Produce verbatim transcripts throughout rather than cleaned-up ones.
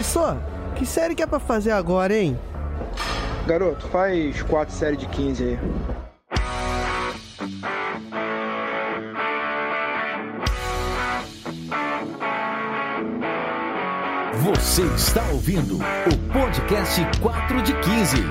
Só, que série que é pra fazer agora, hein? Garoto, faz quatro séries de quinze aí. Você está ouvindo o podcast quatro de quinze.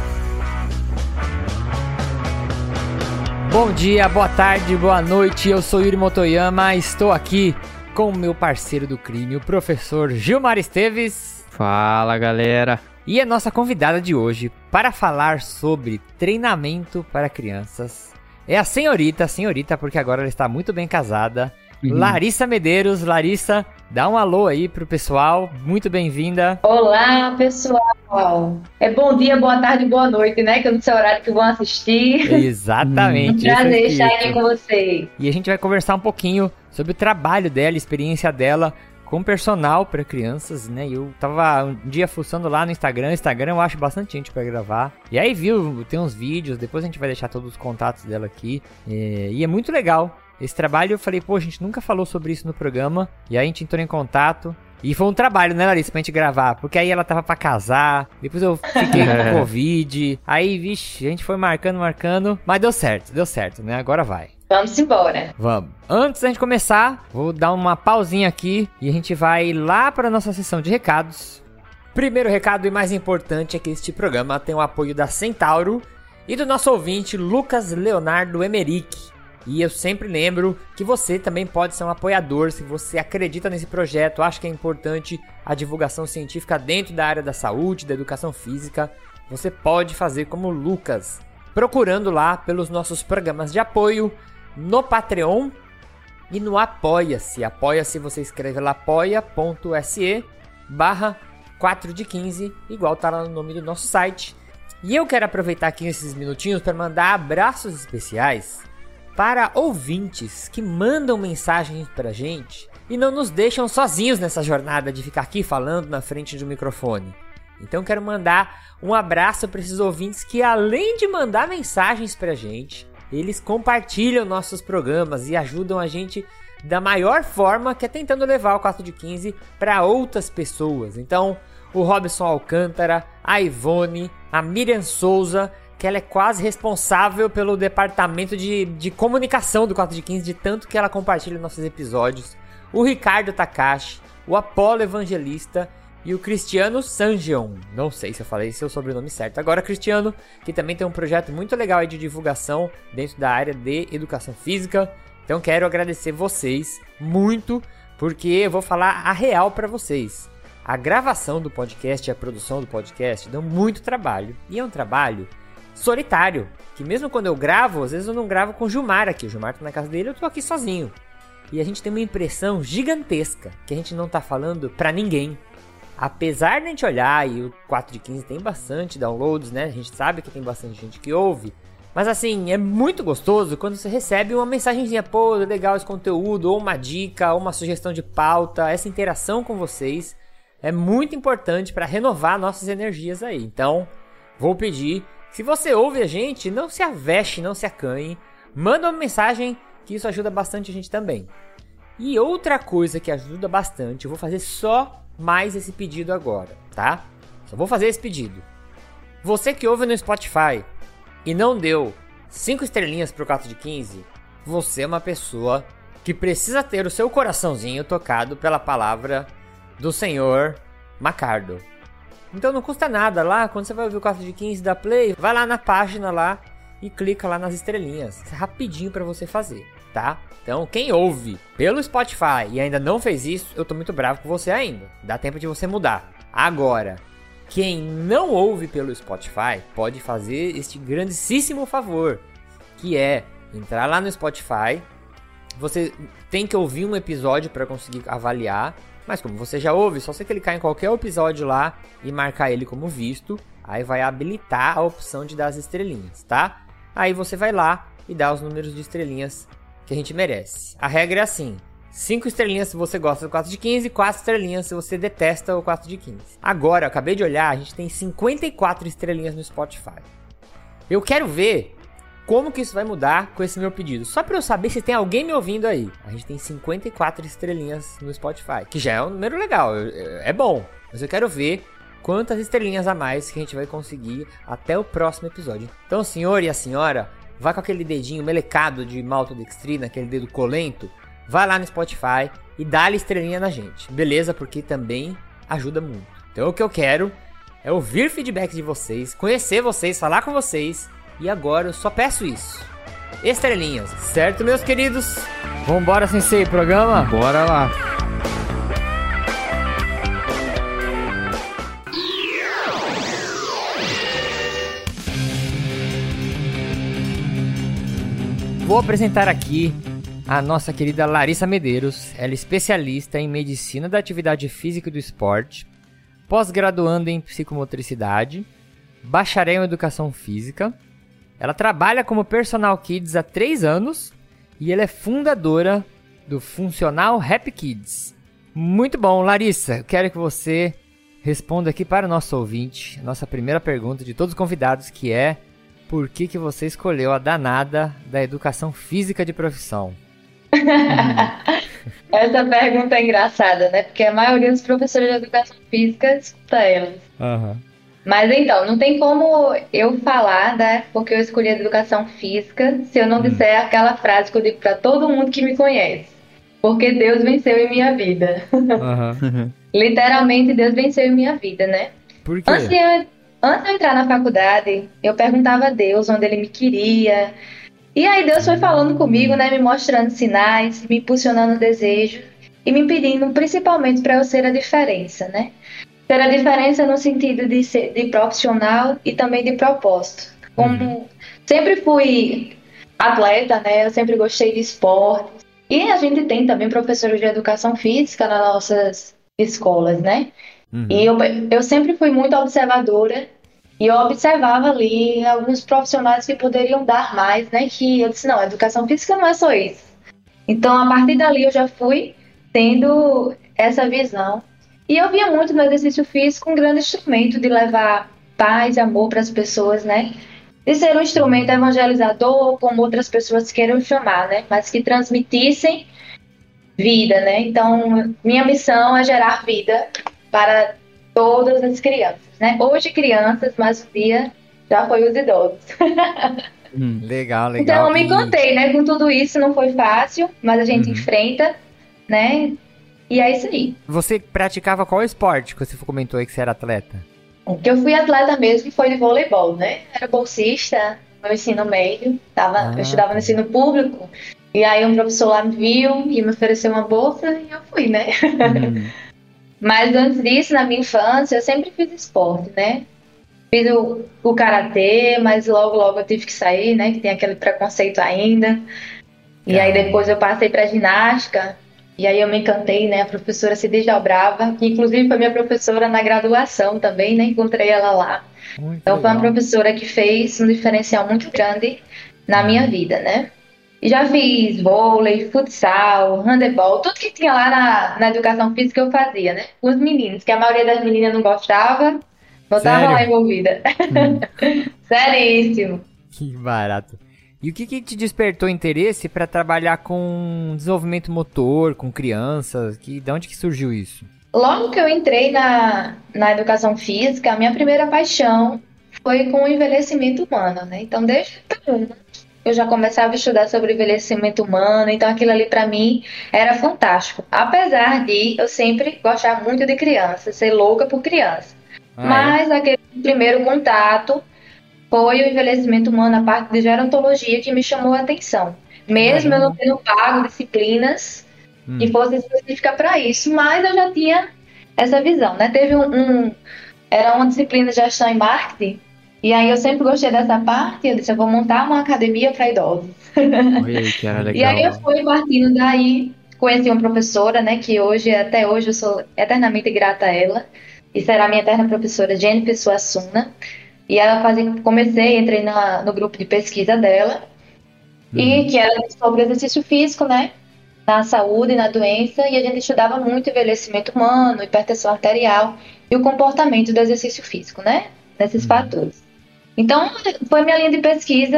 Bom dia, boa tarde, boa noite, eu sou Yuri Motoyama, estou aqui com o meu parceiro do crime, o professor Gilmar Esteves. Fala, galera. E a nossa convidada de hoje para falar sobre treinamento para crianças é a senhorita, a senhorita porque agora ela está muito bem casada, uhum. Larissa Medeiros. Larissa, dá um alô aí pro pessoal, muito bem-vinda. Olá, pessoal. É bom dia, boa tarde, boa noite, né? Que eu não sei o horário que vão assistir. Exatamente. Um prazer estar aqui com vocês. E a gente vai conversar um pouquinho sobre o trabalho dela, experiência dela com personal para crianças, né? Eu tava um dia fuçando lá no Instagram. Instagram eu acho bastante gente para gravar. E aí viu, tem uns vídeos, depois a gente vai deixar todos os contatos dela aqui. É, e é muito legal esse trabalho. Eu falei, pô, a gente nunca falou sobre isso no programa. E aí a gente entrou em contato. E foi um trabalho, né, Larissa, pra gente gravar. Porque aí ela tava pra casar, depois eu fiquei com Covid. Aí, vixe, a gente foi marcando, marcando. Mas deu certo, deu certo, né? Agora vai. Vamos embora. Vamos. Antes da gente começar, vou dar uma pausinha aqui e a gente vai lá para nossa sessão de recados. Primeiro recado e mais importante é que este programa tem o apoio da Centauro e do nosso ouvinte Lucas Leonardo Emerick. E eu sempre lembro que você também pode ser um apoiador se você acredita nesse projeto, acha que é importante a divulgação científica dentro da área da saúde, da educação física. Você pode fazer como o Lucas, procurando lá pelos nossos programas de apoio no Patreon e no Apoia-se. Apoia-se, você escreve lá apoia.se barra 4 de 15, igual tá lá no nome do nosso site. E eu quero aproveitar aqui esses minutinhos para mandar abraços especiais para ouvintes que mandam mensagens pra gente e não nos deixam sozinhos nessa jornada de ficar aqui falando na frente de um microfone. Então quero mandar um abraço para esses ouvintes que, além de mandar mensagens pra gente, eles compartilham nossos programas e ajudam a gente da maior forma, que é tentando levar o quatro de quinze para outras pessoas. Então, o Robson Alcântara, a Ivone, a Miriam Souza, que ela é quase responsável pelo departamento de, de comunicação do quatro de quinze, de tanto que ela compartilha nossos episódios, o Ricardo Takashi, o Apolo Evangelista e o Cristiano Sangeon. Não sei se eu falei seu sobrenome certo. Agora, Cristiano, que também tem um projeto muito legal aí de divulgação dentro da área de educação física. Então, quero agradecer vocês muito, porque eu vou falar a real para vocês. A gravação do podcast e a produção do podcast dão muito trabalho. E é um trabalho solitário, que mesmo quando eu gravo, às vezes eu não gravo com o Gilmar aqui. O Gilmar tá na casa dele, eu tô aqui sozinho. E a gente tem uma impressão gigantesca, que a gente não tá falando pra ninguém. Apesar de a gente olhar, e o quatro de quinze tem bastante downloads, né? A gente sabe que tem bastante gente que ouve. Mas assim, é muito gostoso quando você recebe uma mensagenzinha, pô, legal esse conteúdo, ou uma dica, ou uma sugestão de pauta. Essa interação com vocês é muito importante para renovar nossas energias aí. Então, vou pedir, se você ouve a gente, não se aveste, não se acanhe. Manda uma mensagem, que isso ajuda bastante a gente também. E outra coisa que ajuda bastante, eu vou fazer só mais esse pedido agora, tá? Só vou fazer esse pedido. Você que ouve no Spotify e não deu cinco estrelinhas pro quatro de quinze, você é uma pessoa que precisa ter o seu coraçãozinho tocado pela palavra do senhor Macardo. Então não custa nada lá, quando você vai ouvir o quatro de quinze da Play, vai lá na página lá e clica lá nas estrelinhas. Isso é rapidinho pra você fazer, tá? Então, quem ouve pelo Spotify e ainda não fez isso, eu tô muito bravo com você ainda. Dá tempo de você mudar. Agora, quem não ouve pelo Spotify pode fazer este grandíssimo favor, que é entrar lá no Spotify. Você tem que ouvir um episódio para conseguir avaliar, mas como você já ouve, só você clicar em qualquer episódio lá e marcar ele como visto, aí vai habilitar a opção de dar as estrelinhas, tá? Aí você vai lá e dá os números de estrelinhas que a gente merece. A regra é assim: cinco estrelinhas se você gosta do quatro de quinze, quatro estrelinhas se você detesta o quatro de quinze. Agora, eu acabei de olhar, a gente tem cinquenta e quatro estrelinhas no Spotify. Eu quero ver como que isso vai mudar com esse meu pedido. Só pra eu saber se tem alguém me ouvindo aí. A gente tem cinquenta e quatro estrelinhas no Spotify, que já é um número legal, é bom. Mas eu quero ver quantas estrelinhas a mais que a gente vai conseguir até o próximo episódio. Então, o senhor e a senhora, vai com aquele dedinho melecado de maltodextrina, aquele dedo colento, vai lá no Spotify e dá-lhe estrelinha na gente, beleza? Porque também ajuda muito. Então, o que eu quero é ouvir feedback de vocês, conhecer vocês, falar com vocês. E agora eu só peço isso. Estrelinhas, certo, meus queridos? Vambora, Sensei, programa? Bora lá. Vou apresentar aqui a nossa querida Larissa Medeiros. Ela é especialista em Medicina da Atividade Física e do Esporte, pós-graduando em Psicomotricidade, bacharel em Educação Física. Ela trabalha como Personal Kids há três anos e ela é fundadora do Funcional Happy Kids. Muito bom, Larissa, eu quero que você responda aqui para o nosso ouvinte, nossa primeira pergunta de todos os convidados, que é: por que que você escolheu a danada da Educação Física de profissão? Essa pergunta é engraçada, né? Porque a maioria dos professores de Educação Física escuta elas. Aham. Uhum. Mas então, não tem como eu falar, né, porque eu escolhi a Educação Física, se eu não disser aquela frase que eu digo pra todo mundo que me conhece. Porque Deus venceu em minha vida. Uhum. Literalmente, Deus venceu em minha vida, né? Por quê? Antes de, eu, antes de eu entrar na faculdade, eu perguntava a Deus onde Ele me queria. E aí Deus foi falando comigo, né, me mostrando sinais, me impulsionando desejos e me pedindo principalmente para eu ser a diferença, né? Ter a diferença no sentido de ser de profissional e também de propósito. Como uhum. sempre fui atleta, né? Eu sempre gostei de esporte. E a gente tem também professores de educação física nas nossas escolas, né? Uhum. E eu, eu sempre fui muito observadora. E eu observava ali alguns profissionais que poderiam dar mais, né? Que eu disse, não, a educação física não é só isso. Então, a partir dali, eu já fui tendo essa visão. E eu via muito no exercício físico um grande instrumento de levar paz e amor para as pessoas, né? De ser um instrumento evangelizador, como outras pessoas queiram chamar, né? Mas que transmitissem vida, né? Então, minha missão é gerar vida para todas as crianças, né? Hoje crianças, mas um dia já foi os idosos. hum, legal, legal. Então, eu me contei, né? Com tudo isso não foi fácil, mas a gente uhum. enfrenta, né? E é isso aí. Você praticava qual esporte que você comentou aí que você era atleta? O que eu fui atleta mesmo foi de voleibol, né? Era bolsista no ensino médio, tava, ah. eu estudava no ensino público, e aí um professor lá me viu e me ofereceu uma bolsa e eu fui, né? Hum. Mas antes disso, na minha infância, eu sempre fiz esporte, né? Fiz o, o karatê, mas logo, logo eu tive que sair, né? Que tem aquele preconceito ainda. E ah. aí depois eu passei pra ginástica. E aí eu me encantei, né? A professora se desdobrava, que inclusive foi minha professora na graduação também, né? Encontrei ela lá. Muito então legal. Foi uma professora que fez um diferencial muito grande na minha vida, né? E já fiz vôlei, futsal, handebol, tudo que tinha lá na, na educação física eu fazia, né? Com os meninos, que a maioria das meninas não gostava, não tava lá envolvida. Hum. Seríssimo. Que barato. E o que, que te despertou interesse para trabalhar com desenvolvimento motor, com crianças? Que, de onde que surgiu isso? Logo que eu entrei na, na educação física, a minha primeira paixão foi com o envelhecimento humano, né? Então, desde então, eu já começava a estudar sobre envelhecimento humano, então aquilo ali para mim era fantástico. Apesar de eu sempre gostar muito de criança, ser louca por criança. Ah, Mas é? aquele primeiro contato foi o envelhecimento humano, a parte de gerontologia que me chamou a atenção. Mesmo eu não tendo pago disciplinas hum. que fossem específicas para isso, mas eu já tinha essa visão, né? Teve um, um... Era uma disciplina de gestão e marketing, e aí eu sempre gostei dessa parte, eu disse, eu vou montar uma academia para idosos. Olha aí, que era legal. E aí eu fui partindo daí, conheci uma professora, né, que hoje, até hoje, eu sou eternamente grata a ela, e será minha eterna professora, Jennifer Suassuna. E ela fazia, comecei, entrei na, no grupo de pesquisa dela, uhum. e que era sobre exercício físico, né? Na saúde, na doença, e a gente estudava muito envelhecimento humano, hipertensão arterial e o comportamento do exercício físico, né? Nesses uhum. fatores. Então, foi minha linha de pesquisa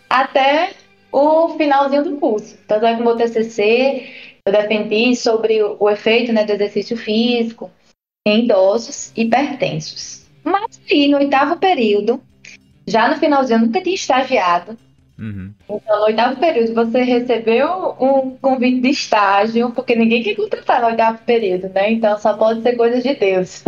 até o finalzinho do curso. Tanto é que o meu T C C eu defendi sobre o, o efeito, né, do exercício físico em idosos hipertensos. Mas aí, no oitavo período, já no finalzinho, eu nunca tinha estagiado. Uhum. Então, no oitavo período, você recebeu um convite de estágio, porque ninguém quer contratar no oitavo período, né? Então, só pode ser coisa de Deus.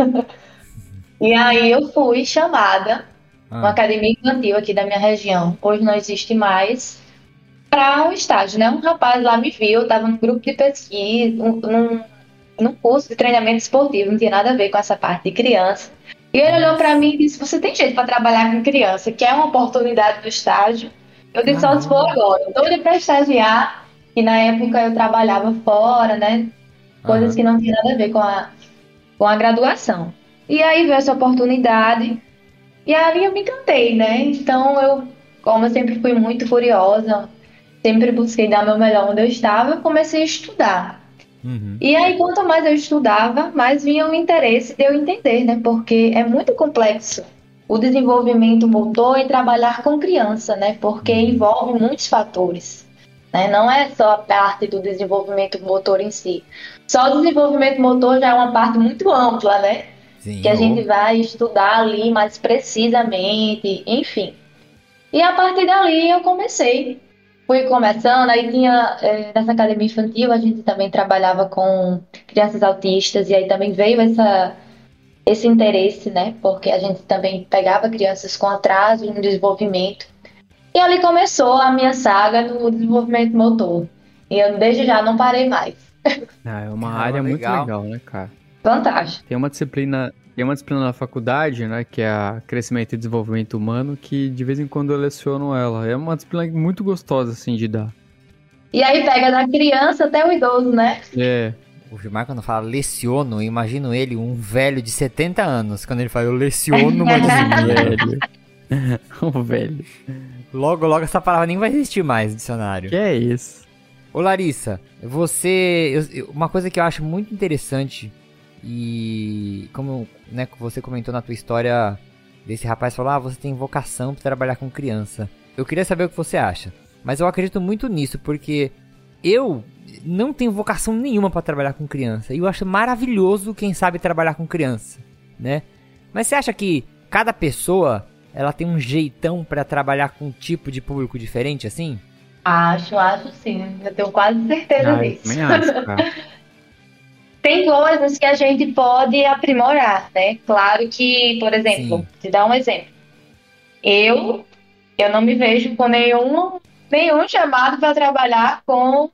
E aí, eu fui chamada, Ah. uma academia infantil aqui da minha região, hoje não existe mais, para o estágio, né? Um rapaz lá me viu, eu estava num grupo de pesquisa, um, num, num curso de treinamento esportivo, não tinha nada a ver com essa parte de criança. E ele olhou para mim e disse, você tem jeito para trabalhar com criança, quer uma oportunidade do estágio? Eu disse, só se for agora, eu doida para estagiar, e na época eu trabalhava fora, né? Coisas Aham. que não tinham nada a ver com a, com a graduação. E aí veio essa oportunidade, e aí eu me encantei, né? Então eu, como eu sempre fui muito curiosa, sempre busquei dar meu melhor onde eu estava, eu comecei a estudar. Uhum. E aí, quanto mais eu estudava, mais vinha o interesse de eu entender, né? Porque é muito complexo o desenvolvimento motor e trabalhar com criança, né? Porque envolve muitos fatores, né? Não é só a parte do desenvolvimento motor em si. Só o desenvolvimento motor já é uma parte muito ampla, né? Sim. Que a gente vai estudar ali mais precisamente, enfim. E a partir dali eu comecei. Fui começando, aí tinha, é, nessa academia infantil, a gente também trabalhava com crianças autistas, e aí também veio essa, esse interesse, né? Porque a gente também pegava crianças com atraso no desenvolvimento. E ali começou a minha saga no desenvolvimento motor. E eu desde já não parei mais. Ah, é uma Caramba, área muito legal. legal, né, cara? Fantástico. Tem uma disciplina, tem uma disciplina na faculdade, né, que é a Crescimento e Desenvolvimento Humano, que de vez em quando eu leciono ela. É uma disciplina muito gostosa, assim, de dar. E aí pega da criança até o idoso, né? É, O Gilmar, quando fala leciono, eu imagino ele, um velho de setenta anos. Quando ele fala, eu leciono uma disciplina. velho. O velho. Logo, logo essa palavra nem vai existir mais no dicionário. Que é isso? Ô Larissa, você... eu- eu- uma coisa que eu acho muito interessante, e como, né, você comentou na tua história desse rapaz, falou, ah, você tem vocação pra trabalhar com criança. Eu queria saber o que você acha, mas eu acredito muito nisso, porque eu não tenho vocação nenhuma pra trabalhar com criança, e eu acho maravilhoso quem sabe trabalhar com criança, né? Mas você acha que cada pessoa, ela tem um jeitão pra trabalhar com um tipo de público diferente, assim? Acho, acho sim. Eu tenho quase certeza Ah, eu disso. também acho, cara. Tem coisas que a gente pode aprimorar, né? Claro que, por exemplo, Sim. te dar um exemplo. Eu, eu não me vejo com nenhum, nenhum chamado para trabalhar com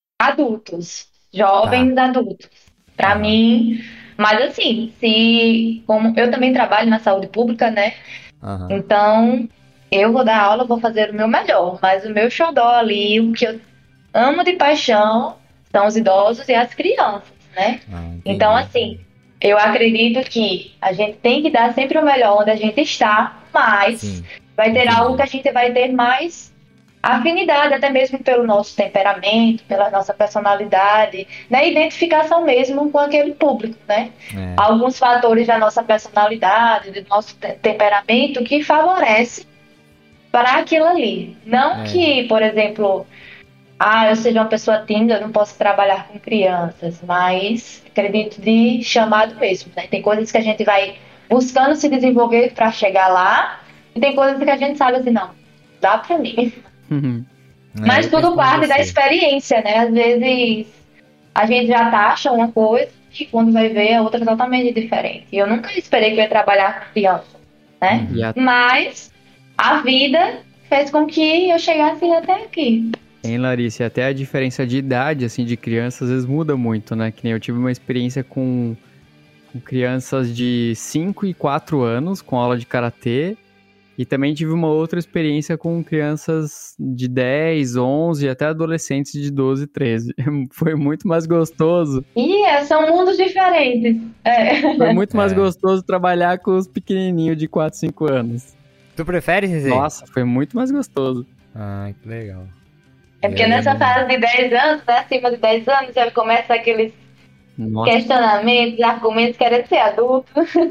adultos, jovens adultos. Para Aham. mim, mas assim, se como eu também trabalho na saúde pública, né? Aham. Então, eu vou dar aula, vou fazer o meu melhor, mas o meu xodó ali, o que eu amo de paixão, são os idosos e as crianças, né? Ah, entendi. Então, assim, eu acredito que a gente tem que dar sempre o melhor onde a gente está, mas Sim. vai ter entendi. algo que a gente vai ter mais afinidade, até mesmo pelo nosso temperamento, pela nossa personalidade, né? Identificação mesmo com aquele público, né? É. Alguns fatores da nossa personalidade, do nosso te- temperamento que favorecem para aquilo ali. Não É. que, por exemplo, ah, eu seja uma pessoa tímida, eu não posso trabalhar com crianças, mas acredito de chamado mesmo, né? Tem coisas que a gente vai buscando se desenvolver para chegar lá, e tem coisas que a gente sabe assim, não, dá para mim. Uhum. É, Mas eu tudo penso como parte da você. experiência, né? Às vezes a gente já taxa uma coisa e quando vai ver é outra totalmente diferente. E eu nunca esperei que eu ia trabalhar com criança, né? E a- Mas a vida fez com que eu chegasse até aqui. Hein, Larissa, e até a diferença de idade, assim, de criança, às vezes muda muito, né? Que nem eu tive uma experiência com, com crianças de cinco e quatro anos, com aula de karatê, e também tive uma outra experiência com crianças de dez, onze, até adolescentes de doze, treze. Foi muito mais gostoso. E é, são mundos diferentes. É. Foi muito mais É. gostoso trabalhar com os pequenininhos de quatro, cinco anos. Tu prefere, Zezé? Nossa, foi muito mais gostoso. Ai, que legal. É porque Eu nessa não- fase de dez anos, né, acima de dez anos, já começa aqueles Nossa, questionamentos, argumentos, querendo ser adulto.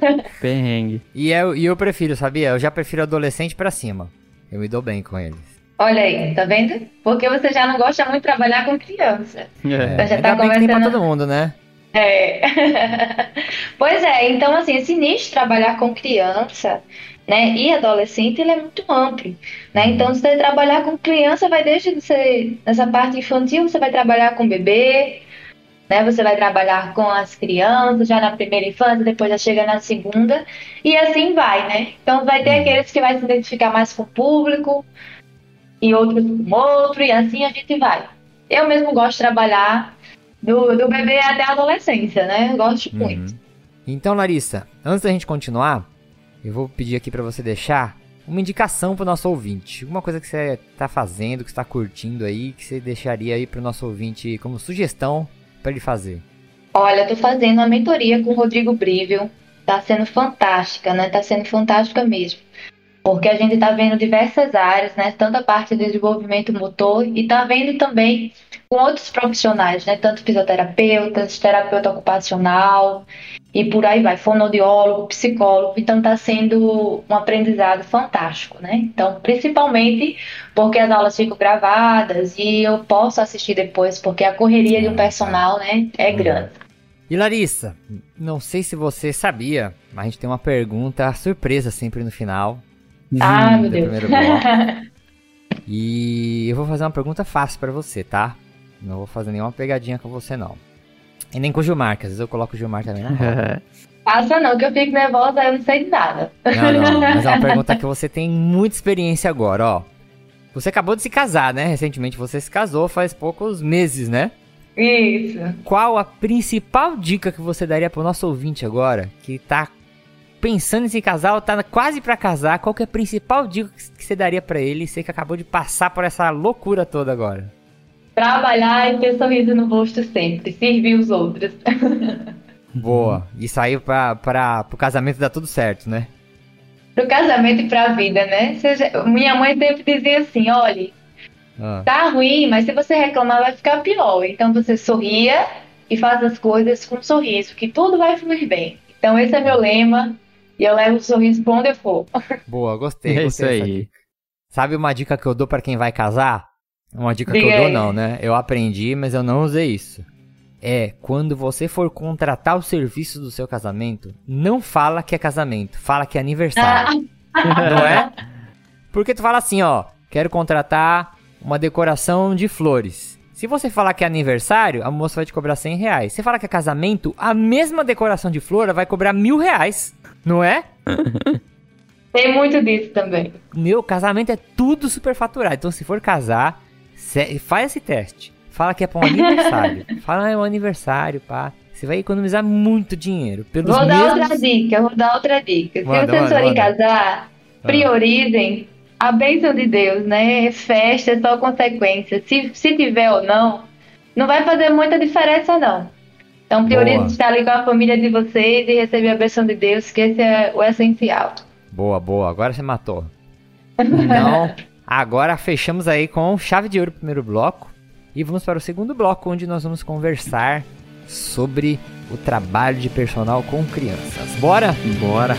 perrengue. E eu, e eu prefiro, sabia? Eu já prefiro adolescente pra cima. Eu me dou bem com eles. Olha aí, tá vendo? Porque você já não gosta muito de trabalhar com criança. É. Então já Ainda tá bem que tem pra conversando. todo mundo, né? É. Pois é, então assim, esse nicho de trabalhar com criança, né, e adolescente, ele é muito amplo, né? Então, se você trabalhar com criança, vai desde você, nessa parte infantil, você vai trabalhar com bebê, né? Você vai trabalhar com as crianças, já na primeira infância, depois já chega na segunda, e assim vai, né? Então, vai ter aqueles que vai se identificar mais com o público, e outros com outro, e assim a gente vai. Eu mesmo gosto de trabalhar do, do bebê até a adolescência, né? Eu gosto muito. Então, Larissa, antes da gente continuar, eu vou pedir aqui pra você deixar uma indicação pro nosso ouvinte. Alguma coisa que você tá fazendo, que você tá curtindo aí, que você deixaria aí pro nosso ouvinte como sugestão pra ele fazer. Olha, eu tô fazendo uma mentoria com o Rodrigo Brível. Tá sendo fantástica, né? Tá sendo fantástica mesmo. Porque a gente tá vendo diversas áreas, né? Tanto a parte de desenvolvimento motor e tá vendo também com outros profissionais, né? Tanto fisioterapeutas, terapeuta ocupacional e por aí vai, fonoaudiólogo, psicólogo. Então tá sendo um aprendizado fantástico, né? Então, principalmente porque as aulas ficam gravadas e eu posso assistir depois, porque a correria de um personal, né, é grande. E Larissa, não sei se você sabia, mas a gente tem uma pergunta surpresa sempre no final. Ah, meu do Deus. primeiro bloco. E eu vou fazer uma pergunta fácil pra você, tá? Não vou fazer nenhuma pegadinha com você, não. E nem com o Gilmar, que às vezes eu coloco o Gilmar também na roda. Passa não, que eu fico nervosa, eu não sei de nada. Não, não, mas é uma pergunta que você tem muita experiência agora, ó. Você acabou de se casar, né? Recentemente você se casou faz poucos meses, né? Isso. Qual a principal dica que você daria pro nosso ouvinte agora, que tá pensando em se casar ou tá quase pra casar? Qual que é a principal dica que você daria pra ele, você que acabou de passar por essa loucura toda agora? Trabalhar e ter sorriso no rosto sempre, servir os outros. Boa. E sair pra, pra, pro casamento dar tudo certo, né? Pro casamento e pra vida, né? Seja, minha mãe sempre dizia assim, olha, Ah. tá ruim, mas se você reclamar vai ficar pior. Então você sorria e faz as coisas com um sorriso, que tudo vai fluir bem. Então esse é meu lema e eu levo o sorriso pra onde eu for. Boa, gostei. É gostei isso dessa aí. dica. Sabe uma dica que eu dou pra quem vai casar? Uma dica que Diga eu dou aí. não, né? Eu aprendi, mas eu não usei isso. É, quando você for contratar o serviço do seu casamento, não fala que é casamento, fala que é aniversário. Não é? Porque tu fala assim, ó, quero contratar uma decoração de flores. Se você falar que é aniversário, a moça vai te cobrar cem reais. Se falar que é casamento, a mesma decoração de flor vai cobrar mil reais. Não é? Tem muito disso também. Meu, casamento é tudo superfaturado. Então, se for casar, se- faz esse teste. Fala que é pra um aniversário. Fala, ah, é um aniversário, pá. Você vai economizar muito dinheiro. Pelos Vou dar mesmos... outra dica, vou dar outra dica. Manda, Se vocês manda, forem manda. casar, priorizem a bênção de Deus, né? Festa é só consequência. Se, se tiver ou não, não vai fazer muita diferença, não. Então priorize Boa. estar ali com a família de vocês e receber a bênção de Deus, que esse é o essencial. Boa, boa. Agora você matou. Então, agora fechamos aí com chave de ouro o primeiro bloco. E vamos para o segundo bloco, onde nós vamos conversar sobre o trabalho de personal com crianças. Bora? Bora.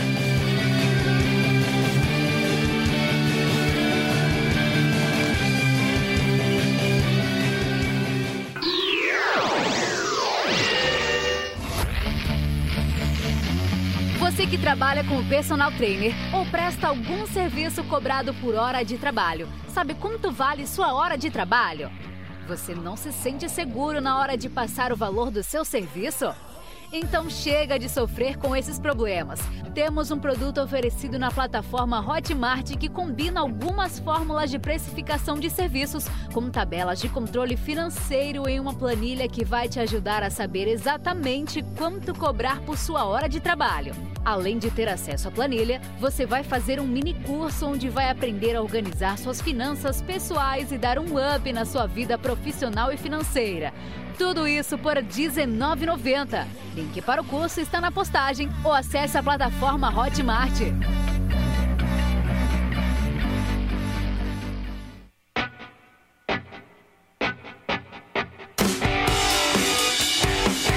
Você que trabalha como personal trainer ou presta algum serviço cobrado por hora de trabalho, sabe quanto vale sua hora de trabalho? Você não se sente seguro na hora de passar o valor do seu serviço? Então chega de sofrer com esses problemas. Temos um produto oferecido na plataforma Hotmart que combina algumas fórmulas de precificação de serviços com tabelas de controle financeiro em uma planilha que vai te ajudar a saber exatamente quanto cobrar por sua hora de trabalho. Além de ter acesso à planilha, você vai fazer um mini curso onde vai aprender a organizar suas finanças pessoais e dar um up na sua vida profissional e financeira. Tudo isso por dezenove reais e noventa centavos. Link para o curso está na postagem ou acesse a plataforma Hotmart.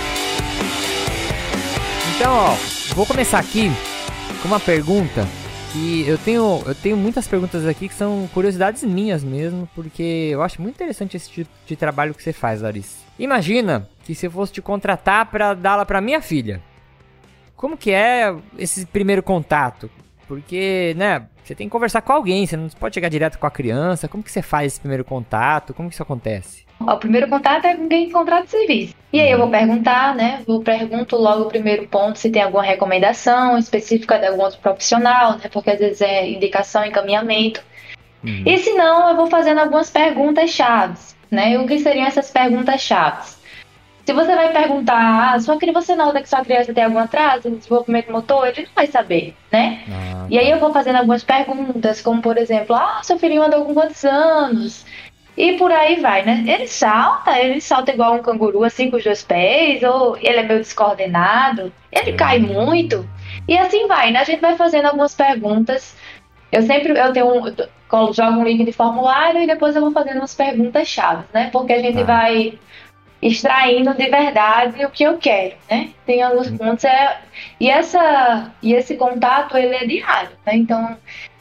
Então, ó, vou começar aqui com uma pergunta que eu tenho, eu tenho muitas perguntas aqui que são curiosidades minhas mesmo, porque eu acho muito interessante esse tipo de trabalho que você faz, Larissa. Imagina que se eu fosse te contratar para dar-la para minha filha. Como que é esse primeiro contato? Porque, né, você tem que conversar com alguém, você não pode chegar direto com a criança. Como que você faz esse primeiro contato? Como que isso acontece? O primeiro contato é com quem contrata o serviço. E aí eu vou perguntar, né? Eu pergunto logo o primeiro ponto se tem alguma recomendação específica de algum outro profissional, né? Porque às vezes é indicação, encaminhamento. Uhum. E se não, eu vou fazendo algumas perguntas chaves, né? E o que seriam essas perguntas chaves? Se você vai perguntar, ah, sua criança, você nota que sua criança tem algum atraso no desenvolvimento motor, ele não vai saber, né? Ah, e aí eu vou fazendo algumas perguntas, como por exemplo, ah, seu filhinho andou com quantos anos? E por aí vai, né? Ele salta, ele salta igual um canguru, assim, com os dois pés, ou ele é meio descoordenado, ele cai muito, e assim vai, né? A gente vai fazendo algumas perguntas. Eu sempre, eu tenho um, eu jogo um link de formulário e depois eu vou fazendo umas perguntas chaves, né? Porque a gente ah. vai extraindo de verdade o que eu quero, né? Tem alguns pontos, é, e, essa, e esse contato, ele é diário, né? Então,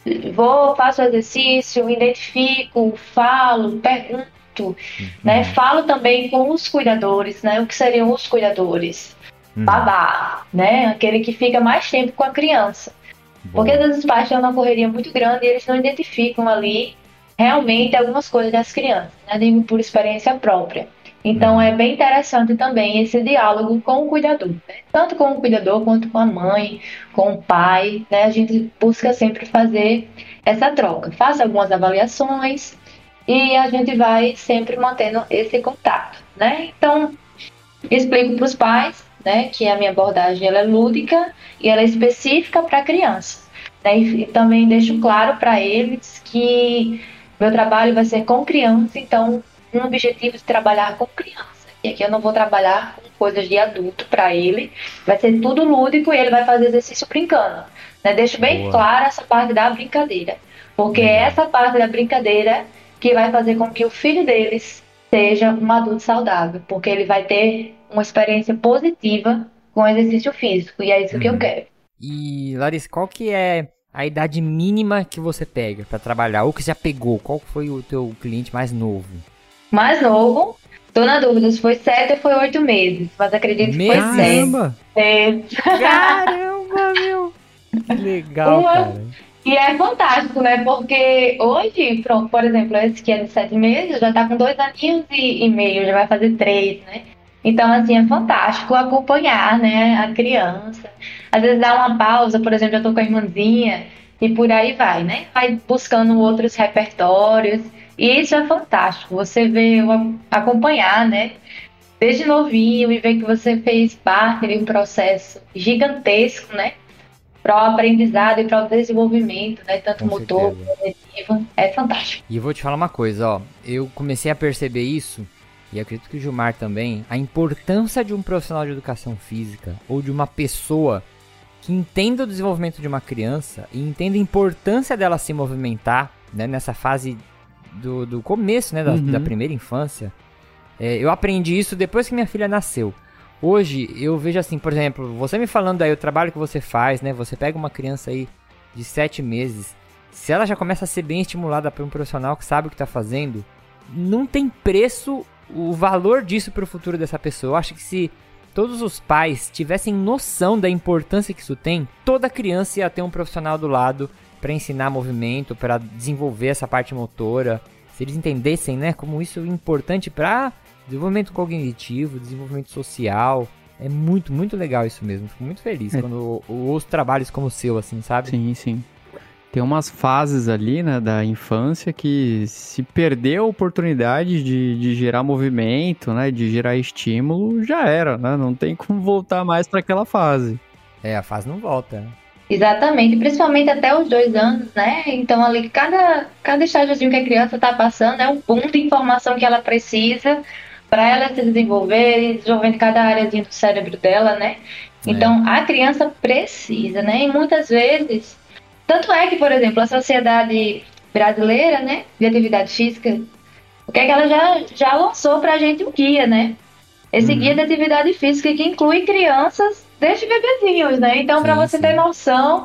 vou, faço exercício, identifico, falo, pergunto, uhum. né? Falo também com os cuidadores, né? O que seriam os cuidadores? Uhum. Babá, né? Aquele que fica mais tempo com a criança. Bom. Porque às vezes os pais têm uma correria muito grande e eles não identificam ali realmente algumas coisas das crianças, né? Digo por experiência própria. Então, é bem interessante também esse diálogo com o cuidador, né? Tanto com o cuidador quanto com a mãe, com o pai, né? A gente busca sempre fazer essa troca. Faça algumas avaliações e a gente vai sempre mantendo esse contato, né? Então, explico para os pais, né, que a minha abordagem ela é lúdica e ela é específica para a criança, né? E, e também deixo claro para eles que meu trabalho vai ser com criança, então um objetivo de trabalhar com criança. E aqui eu não vou trabalhar com coisas de adulto para ele. Vai ser tudo lúdico e ele vai fazer exercício brincando, né? Deixo bem Boa. Claro essa parte da brincadeira. Porque é essa parte da brincadeira que vai fazer com que o filho deles seja um adulto saudável. Porque ele vai ter uma experiência positiva com o exercício físico. E é isso uhum. que eu quero. E, Larissa, qual que é a idade mínima que você pega para trabalhar? Ou que já pegou? Qual foi o teu cliente mais novo? Mais novo, tô na dúvida se foi sete ou foi oito meses, mas acredito que foi Caramba. sete. Caramba, meu! Que legal, Uma... cara. E é fantástico, né? Porque hoje, pronto, por exemplo, esse que é de sete meses, já tá com dois aninhos e, e meio, já vai fazer três, né? Então, assim, é fantástico acompanhar, né, a criança. Às vezes dá uma pausa, por exemplo, eu tô com a irmãzinha e por aí vai, né? Vai buscando outros repertórios. E isso é fantástico, você vê, acompanhar, né, desde novinho e ver que você fez parte de um processo gigantesco, né, para o aprendizado e para o desenvolvimento, né, tanto Com motor como cognitivo, é fantástico. E eu vou te falar uma coisa, ó, eu comecei a perceber isso, e acredito que o Gilmar também, a importância de um profissional de educação física ou de uma pessoa que entenda o desenvolvimento de uma criança e entenda a importância dela se movimentar, né, nessa fase Do, do começo, né, da, uhum. da primeira infância. É, eu aprendi isso depois que minha filha nasceu. Hoje, eu vejo assim, por exemplo, você me falando aí o trabalho que você faz, né, você pega uma criança aí de sete meses, se ela já começa a ser bem estimulada por um profissional que sabe o que está fazendo, não tem preço o valor disso para o futuro dessa pessoa. Eu acho que se todos os pais tivessem noção da importância que isso tem, toda criança ia ter um profissional do lado para ensinar movimento, para desenvolver essa parte motora. Se eles entendessem, né, como isso é importante para desenvolvimento cognitivo, desenvolvimento social, é muito, muito legal isso mesmo. Fico muito feliz é. quando eu ouço trabalhos como o seu, assim, sabe? Sim, sim. Tem umas fases ali, né, da infância que se perder a oportunidade de, de gerar movimento, né, de gerar estímulo, já era, né? Não tem como voltar mais para aquela fase. É, a fase não volta, né? Exatamente, principalmente até os dois anos, né? Então ali cada, cada estágiozinho que a criança está passando é um ponto de informação que ela precisa para ela se desenvolver, desenvolvendo cada áreazinha do cérebro dela, né? É. Então a criança precisa, né? E muitas vezes, tanto é que, por exemplo, a Sociedade Brasileira, né, de Atividade Física, o que é que ela já, já lançou para a gente um guia, né? Esse uhum. guia de atividade física que inclui crianças desde bebezinhos, né? Então, para você sim. ter noção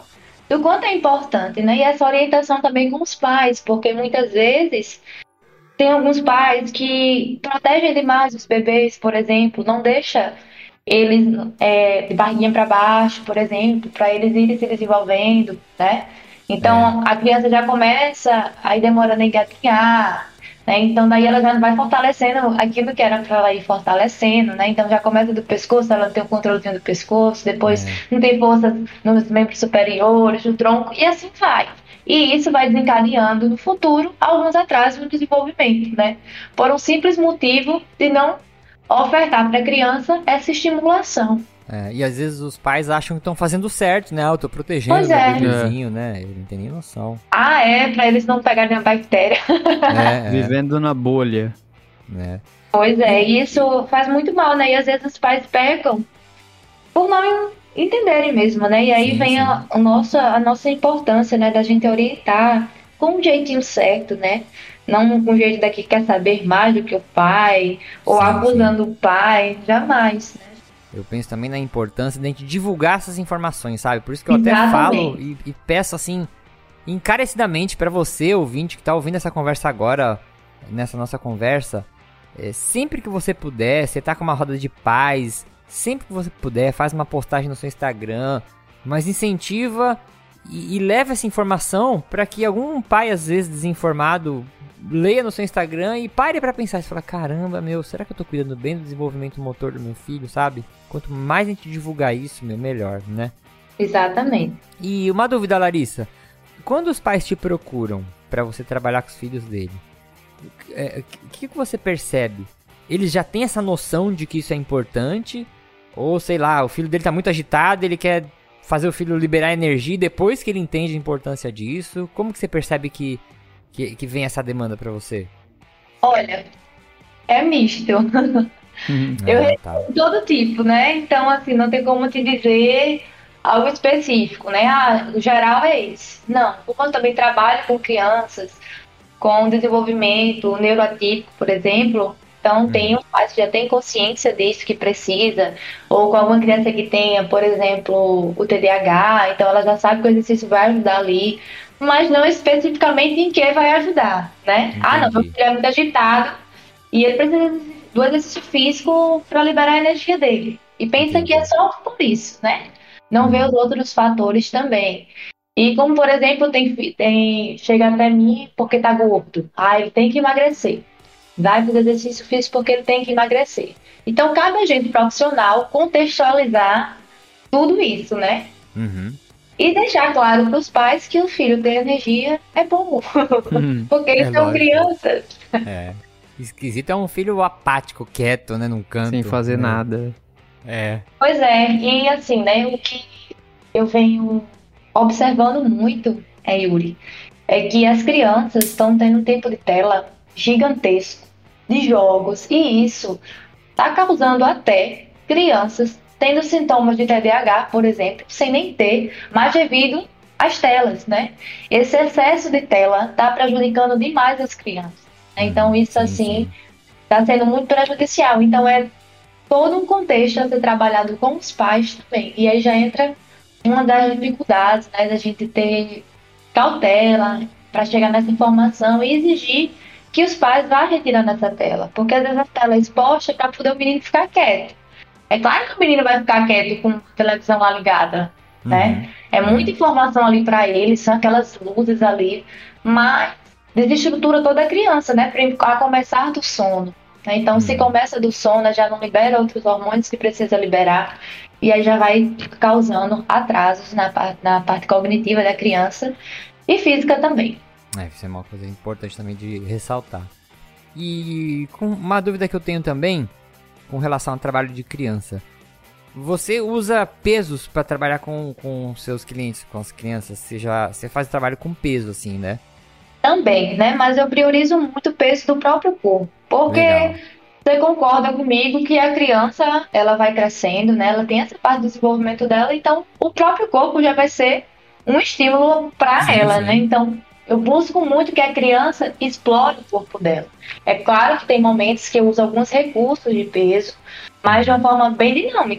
do quanto é importante, né? E essa orientação também com os pais, porque muitas vezes tem alguns pais que protegem demais os bebês, por exemplo, não deixa eles é, de barriguinha para baixo, por exemplo, para eles irem se desenvolvendo, né? Então, é. a criança já começa aí demorando a engatinhar, né? Então, daí ela já não vai fortalecendo aquilo que era para ela ir fortalecendo, né? Então, já começa do pescoço, ela não tem o controlezinho do pescoço, depois é. não tem força nos membros superiores, no tronco, e assim vai. E isso vai desencadeando no futuro alguns atrasos no desenvolvimento, né? Por um simples motivo de não ofertar para a criança essa estimulação. É, e às vezes os pais acham que estão fazendo certo, né? Ah, eu tô protegendo pois o é. bebezinho, né? Ele não tem nem noção. Ah, é? Pra eles não pegarem a bactéria. É, é. Vivendo na bolha. É. Pois é, e isso faz muito mal, né? E às vezes os pais pecam por não entenderem mesmo, né? E aí sim, vem a, a, nossa, a nossa importância, né? Da gente orientar com um jeitinho certo, né? Não com o jeito daqui que quer saber mais do que o pai, ou sim, acusando sim. o pai, jamais, né? Eu penso também na importância de a gente divulgar essas informações, sabe? Por isso que eu Exatamente. até falo e, e peço, assim, encarecidamente para você, ouvinte, que tá ouvindo essa conversa agora, nessa nossa conversa, é, sempre que você puder, você tá com uma roda de paz, sempre que você puder, faz uma postagem no seu Instagram, mas incentiva e, e leva essa informação para que algum pai, às vezes, desinformado, leia no seu Instagram e pare pra pensar. Você fala, caramba, meu, será que eu tô cuidando bem do desenvolvimento motor do meu filho, sabe? Quanto mais a gente divulgar isso, meu, melhor, né? Exatamente. E uma dúvida, Larissa. Quando os pais te procuram pra você trabalhar com os filhos dele, o é, que, que você percebe? Eles já têm essa noção de que isso é importante? Ou, sei lá, o filho dele tá muito agitado, ele quer fazer o filho liberar energia depois que ele entende a importância disso? Como que você percebe que Que, que vem essa demanda pra você? Olha, é misto. Hum, eu ah, tá. todo tipo, né? Então, assim, não tem como te dizer algo específico, né? Ah, o geral é esse. Não, como eu também trabalho com crianças com desenvolvimento neuroatípico, por exemplo, então hum. tem um pai que já tem consciência disso que precisa, ou com alguma criança que tenha, por exemplo, o T D A H, então ela já sabe que o exercício vai ajudar ali, mas não especificamente em que vai ajudar, né? Entendi. Ah, não, meu filho é muito agitado e ele precisa do exercício físico para liberar a energia dele. E pensa Entendi. que é só por isso, né? Não hum. vê os outros fatores também. E como, por exemplo, tem, tem, chega até mim porque tá gordo. Ah, ele tem que emagrecer. Vai fazer exercício físico porque ele tem que emagrecer. Então, cabe a gente profissional contextualizar tudo isso, né? Uhum. E deixar claro para os pais que o filho ter energia é bom. Hum, porque eles é são lógico. crianças. É. Esquisito é um filho apático, quieto, né? Num canto. Sem fazer né? nada. É. Pois é. E assim, né? O que eu venho observando muito, é, Yuri, é que as crianças estão tendo um tempo de tela gigantesco de jogos. E isso está causando até crianças tendo sintomas de T D A H, por exemplo, sem nem ter, mas devido às telas, né? Esse excesso de tela está prejudicando demais as crianças. Né? Então, isso, sim, assim, está sendo muito prejudicial. Então, é todo um contexto a ser trabalhado com os pais também. E aí já entra uma das dificuldades, né, da gente ter cautela para chegar nessa informação e exigir que os pais vá retirando essa tela. Porque, às vezes, a tela é exposta para poder o menino ficar quieto. É claro que o menino vai ficar quieto com a televisão lá ligada, uhum. né? É muita informação ali para ele, são aquelas luzes ali, mas desestrutura toda a criança, né? A começar do sono. Né? Então, uhum. se começa do sono, já não libera outros hormônios que precisa liberar, e aí já vai causando atrasos na, na parte cognitiva da criança e física também. É, isso é uma coisa importante também de ressaltar. E com uma dúvida que eu tenho também, com relação ao trabalho de criança. Você usa pesos para trabalhar com, com seus clientes, com as crianças? Você, já, você faz trabalho com peso, assim, né? Também, né? Mas eu priorizo muito o peso do próprio corpo. Porque Legal. Você concorda comigo que a criança, ela vai crescendo, né? Ela tem essa parte do desenvolvimento dela, então o próprio corpo já vai ser um estímulo para ela, sim. né? Então, eu busco muito que a criança explore o corpo dela. É claro que tem momentos que eu uso alguns recursos de peso, mas de uma forma bem dinâmica.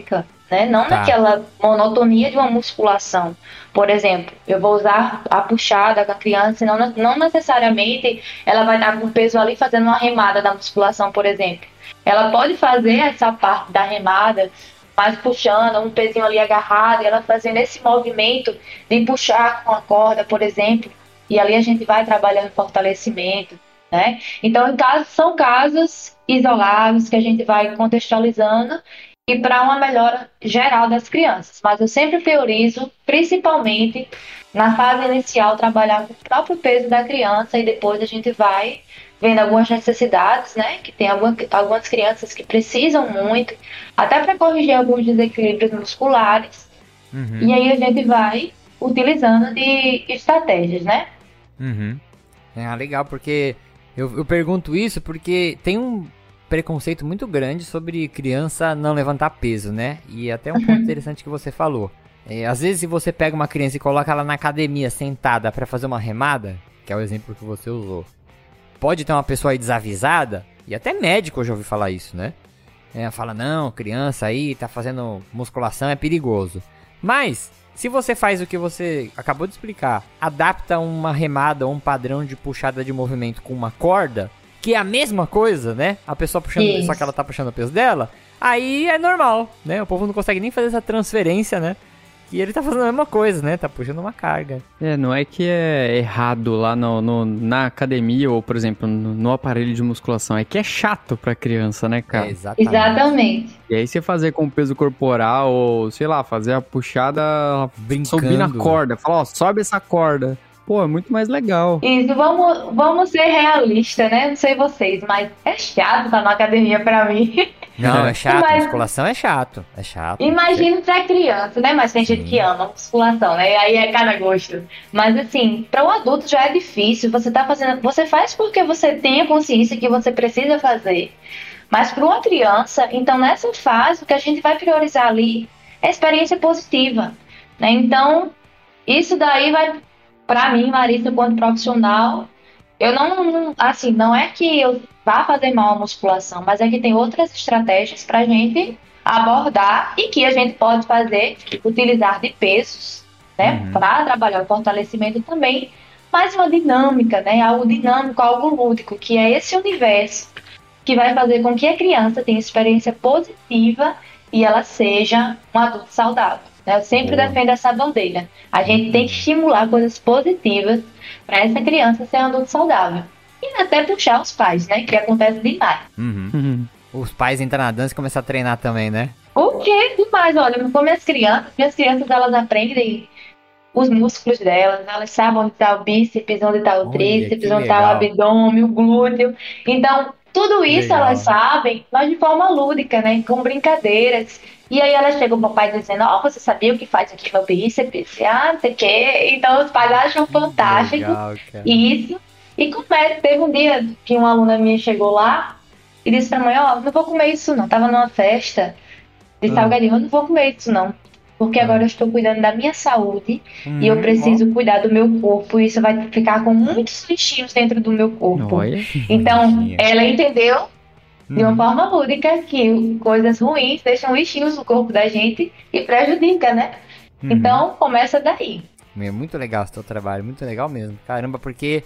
né? Não Tá. naquela monotonia de uma musculação. Por exemplo, eu vou usar a puxada com a criança, não, não necessariamente ela vai estar com o peso ali fazendo uma remada da musculação, por exemplo. Ela pode fazer essa parte da remada, mas puxando, um pezinho ali agarrado, e ela fazendo esse movimento de puxar com a corda, por exemplo, e ali a gente vai trabalhando fortalecimento, né? Então, em casos, são casos isolados que a gente vai contextualizando e para uma melhora geral das crianças. Mas eu sempre priorizo, principalmente na fase inicial, trabalhar com o próprio peso da criança e depois a gente vai vendo algumas necessidades, né? Que tem alguma, algumas crianças que precisam muito, até para corrigir alguns desequilíbrios musculares. Uhum. E aí a gente vai utilizando de estratégias, né? Uhum. É legal, porque eu, eu pergunto isso porque tem um preconceito muito grande sobre criança não levantar peso, né? E até um ponto interessante que você falou. É, às vezes, se você pega uma criança e coloca ela na academia sentada para fazer uma remada, que é o exemplo que você usou, pode ter uma pessoa aí desavisada, e até médico eu já ouvi falar isso, né? É, fala, não, criança aí tá fazendo musculação, é perigoso. Mas, se você faz o que você acabou de explicar, adapta uma remada ou um padrão de puxada de movimento com uma corda, que é a mesma coisa, né? A pessoa puxando, Isso. só que ela tá puxando o peso dela, aí é normal, né? O povo não consegue nem fazer essa transferência, né? E ele tá fazendo a mesma coisa, né? Tá puxando uma carga. É, não é que é errado lá no, no- na academia ou, por exemplo, no, no aparelho de musculação. É que é chato pra criança, né, cara? É, exatamente. Exatamente. E aí você fazer com peso corporal ou, sei lá, fazer a puxada, Brincando. subir na corda. Falar, ó, sobe essa corda. Pô, é muito mais legal. Isso, vamos, vamos ser realistas, né? Não sei vocês, mas é chato estar na academia pra mim. Não, é chato. Mas- Musculação é chato. É chato. Imagina pra criança, né? Mas tem gente Sim. que ama musculação, né? E aí é cada gosto. Mas assim, para o adulto já é difícil. Você tá fazendo, você faz porque você tem a consciência que você precisa fazer. Mas para uma criança, então nessa fase o que a gente vai priorizar ali é a experiência positiva, né? Então isso daí vai, para mim, Larissa, quanto profissional, eu não, não- assim, não é que eu vá fazer mal a musculação, mas é que tem outras estratégias para a gente abordar e que a gente pode fazer, utilizar de pesos, né, Uhum. para trabalhar o fortalecimento também, mas uma dinâmica, né, algo dinâmico, algo lúdico, que é esse universo que vai fazer com que a criança tenha experiência positiva e ela seja um adulto saudável, né? Eu sempre Boa. defendo essa bandeira. A gente tem que estimular coisas positivas para essa criança ser um adulto saudável. E até puxar os pais, né? Que acontece demais. Uhum. Uhum. Os pais entram na dança e começam a treinar também, né? O que demais? Olha, com minhas crianças, minhas crianças elas aprendem os músculos delas, elas sabem onde está o bíceps, onde está o Olha, tríceps, que onde está o legal. abdômen, o glúteo. Então, tudo isso Legal. elas sabem, mas de forma lúdica, né? Com brincadeiras. E aí elas chegam pro papai dizendo, ó, você sabia o que faz aqui no bíceps? Ah, não sei o quê. Então os pais acham fantástico Legal, cara. isso. E começa. Teve um dia que uma aluna minha chegou lá e disse pra mãe, ó, não vou comer isso não. Tava numa festa de Ah. salgadinho, eu não vou comer isso não. Porque Ah. agora eu estou cuidando da minha saúde e eu Hum, preciso cuidar do meu corpo. E isso vai ficar com muitos lixinhos dentro do meu corpo. Olha. Então, Bonitinha. ela entendeu de uma Hum. forma lúdica que coisas ruins deixam lixinhos no corpo da gente e prejudica, né? Uhum. Então, começa daí. É muito legal esse teu trabalho, muito legal mesmo. Caramba, porque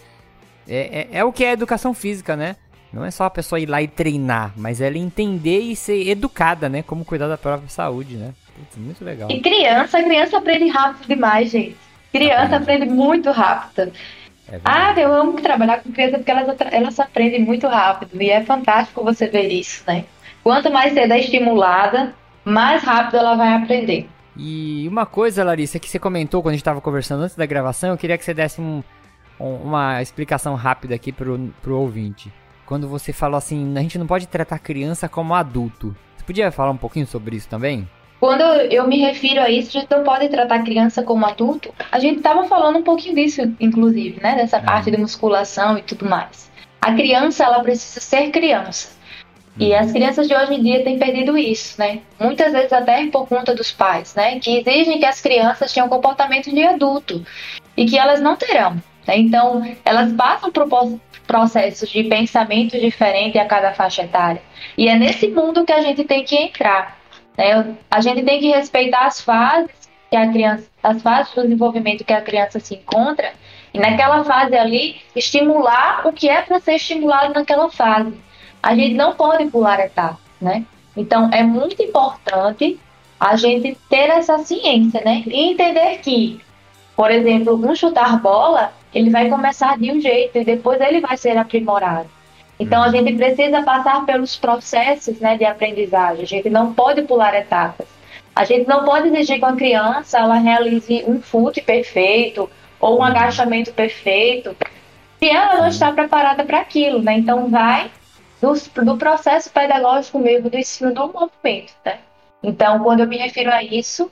é, é, é o que é educação física, né? Não é só a pessoa ir lá e treinar, mas ela entender e ser educada, né? Como cuidar da própria saúde, né? Putz, muito legal. E criança, criança aprende rápido demais, gente. Criança aprende muito rápido. É Ah, verdade. eu amo trabalhar com criança porque elas, elas aprendem muito rápido. E é fantástico você ver isso, né? Quanto mais cedo é estimulada, mais rápido ela vai aprender. E uma coisa, Larissa, que você comentou quando a gente estava conversando antes da gravação, eu queria que você desse um- um- uma explicação rápida aqui pro, pro ouvinte. Quando você falou assim, a gente não pode tratar criança como adulto. Você podia falar um pouquinho sobre isso também? Quando eu me refiro a isso, a gente não pode tratar a criança como adulto. A gente estava falando um pouquinho disso, inclusive, né? Dessa parte de musculação e tudo mais. A criança, ela precisa ser criança. E as crianças de hoje em dia têm perdido isso, né? Muitas vezes até por conta dos pais, né? Que exigem que as crianças tenham comportamento de adulto. E que elas não terão, né? Então, elas passam por po- processos de pensamento diferente a cada faixa etária. E é nesse mundo que a gente tem que entrar. né? A gente tem que respeitar as fases que a criança, as fases do desenvolvimento que a criança se encontra, e naquela fase ali, estimular o que é para ser estimulado naquela fase. A gente não pode pular etapas, né? Então, é muito importante a gente ter essa ciência, né? E entender que, por exemplo, um chutar bola, ele vai começar de um jeito e depois ele vai ser aprimorado. Então, a gente precisa passar pelos processos, né, de aprendizagem. A gente não pode pular etapas. A gente não pode exigir que a criança ela realize um fute perfeito ou um agachamento perfeito se ela não está preparada para aquilo, né? Então, vai do, do processo pedagógico mesmo, do ensino do movimento, né? Então, quando eu me refiro a isso,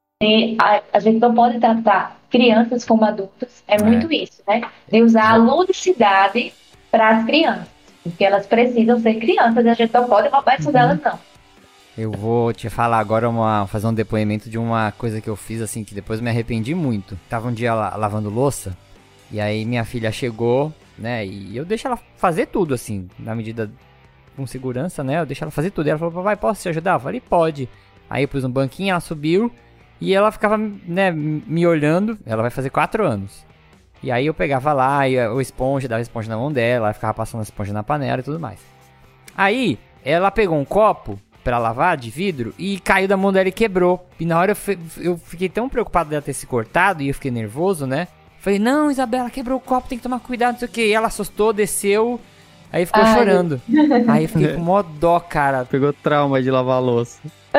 a, a gente não pode tratar crianças como adultos, é muito é. isso, né? De usar a ludicidade para as crianças, porque elas precisam ser crianças e a gente não pode roubar isso uhum. delas, não. Eu vou te falar agora, uma, fazer um depoimento de uma coisa que eu fiz, assim, que depois me arrependi muito. Tava um dia la, lavando louça, e aí minha filha chegou, né, e eu deixo ela fazer tudo, assim, na medida com segurança, né, eu deixo ela fazer tudo. E ela falou, papai, posso te ajudar? Eu falei, pode. Aí eu pus um banquinho, ela subiu, e ela ficava, né, me olhando. Ela vai fazer quatro anos. E aí eu pegava lá, e o esponja, dava a esponja na mão dela, ela ficava passando a esponja na panela e tudo mais. Aí, ela pegou um copo pra lavar, de vidro, e caiu da mão dela e quebrou. E na hora eu, f- eu fiquei tão preocupado dela ter se cortado, e eu fiquei nervoso, né? Falei, não, Isabela, quebrou o copo, tem que tomar cuidado, não sei o que. E ela assustou, desceu, aí ficou Ai. chorando. Aí eu fiquei com mó dó, cara. Pegou trauma de lavar a louça.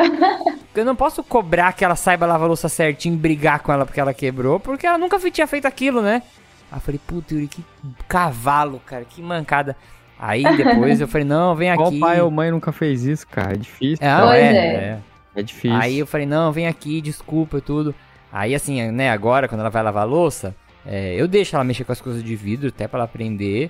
Eu não posso cobrar que ela saiba lavar a louça certinho e brigar com ela porque ela quebrou, porque ela nunca tinha feito aquilo, né? Aí eu falei, puta, Yuri, que cavalo, cara, que mancada. Aí depois eu falei, não, vem aqui. Qual pai ou mãe nunca fez isso, cara? É difícil. É, pois é, é. é. É difícil. Aí eu falei, não, vem aqui, desculpa e tudo. Aí assim, né, agora quando ela vai lavar a louça, é, eu deixo ela mexer com as coisas de vidro até pra ela aprender,